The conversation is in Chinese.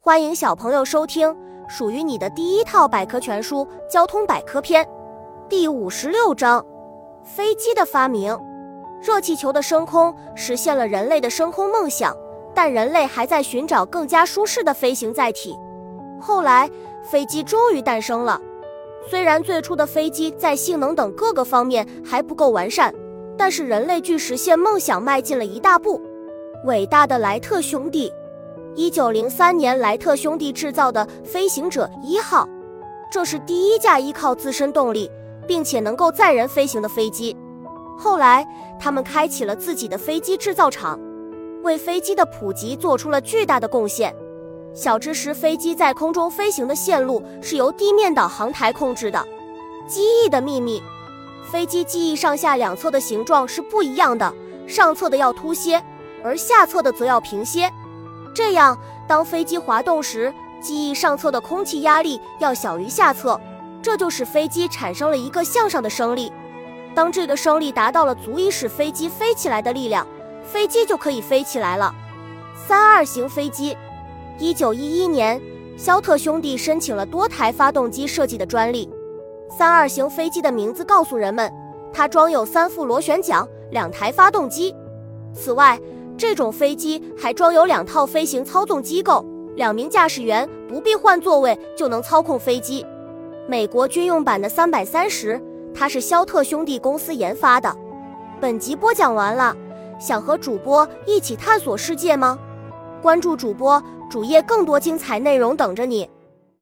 欢迎小朋友收听属于你的第一套百科全书交通百科篇第56章飞机的发明。热气球的升空实现了人类的升空梦想，但人类还在寻找更加舒适的飞行载体。后来飞机终于诞生了，虽然最初的飞机在性能等各个方面还不够完善，但是人类距实现梦想迈进了一大步。伟大的莱特兄弟1903年，莱特兄弟制造的飞行者1号，这是第一架依靠自身动力并且能够载人飞行的飞机。后来他们开启了自己的飞机制造厂，为飞机的普及做出了巨大的贡献。小知识：飞机在空中飞行的线路是由地面导航台控制的。机翼的秘密：飞机机翼上下两侧的形状是不一样的，上侧的要凸些，而下侧的则要平些。这样当飞机滑动时，机翼上侧的空气压力要小于下侧，这就使飞机产生了一个向上的升力。当这个升力达到了足以使飞机飞起来的力量，飞机就可以飞起来了。32型飞机1911年，肖特兄弟申请了多台发动机设计的专利。32型飞机的名字告诉人们，它装有3副螺旋桨、2台发动机。此外，这种飞机还装有2套飞行操纵机构，2名驾驶员不必换座位就能操控飞机。美国军用版的330，它是肖特兄弟公司研发的。本集播讲完了，想和主播一起探索世界吗？关注主播主页，更多精彩内容等着你。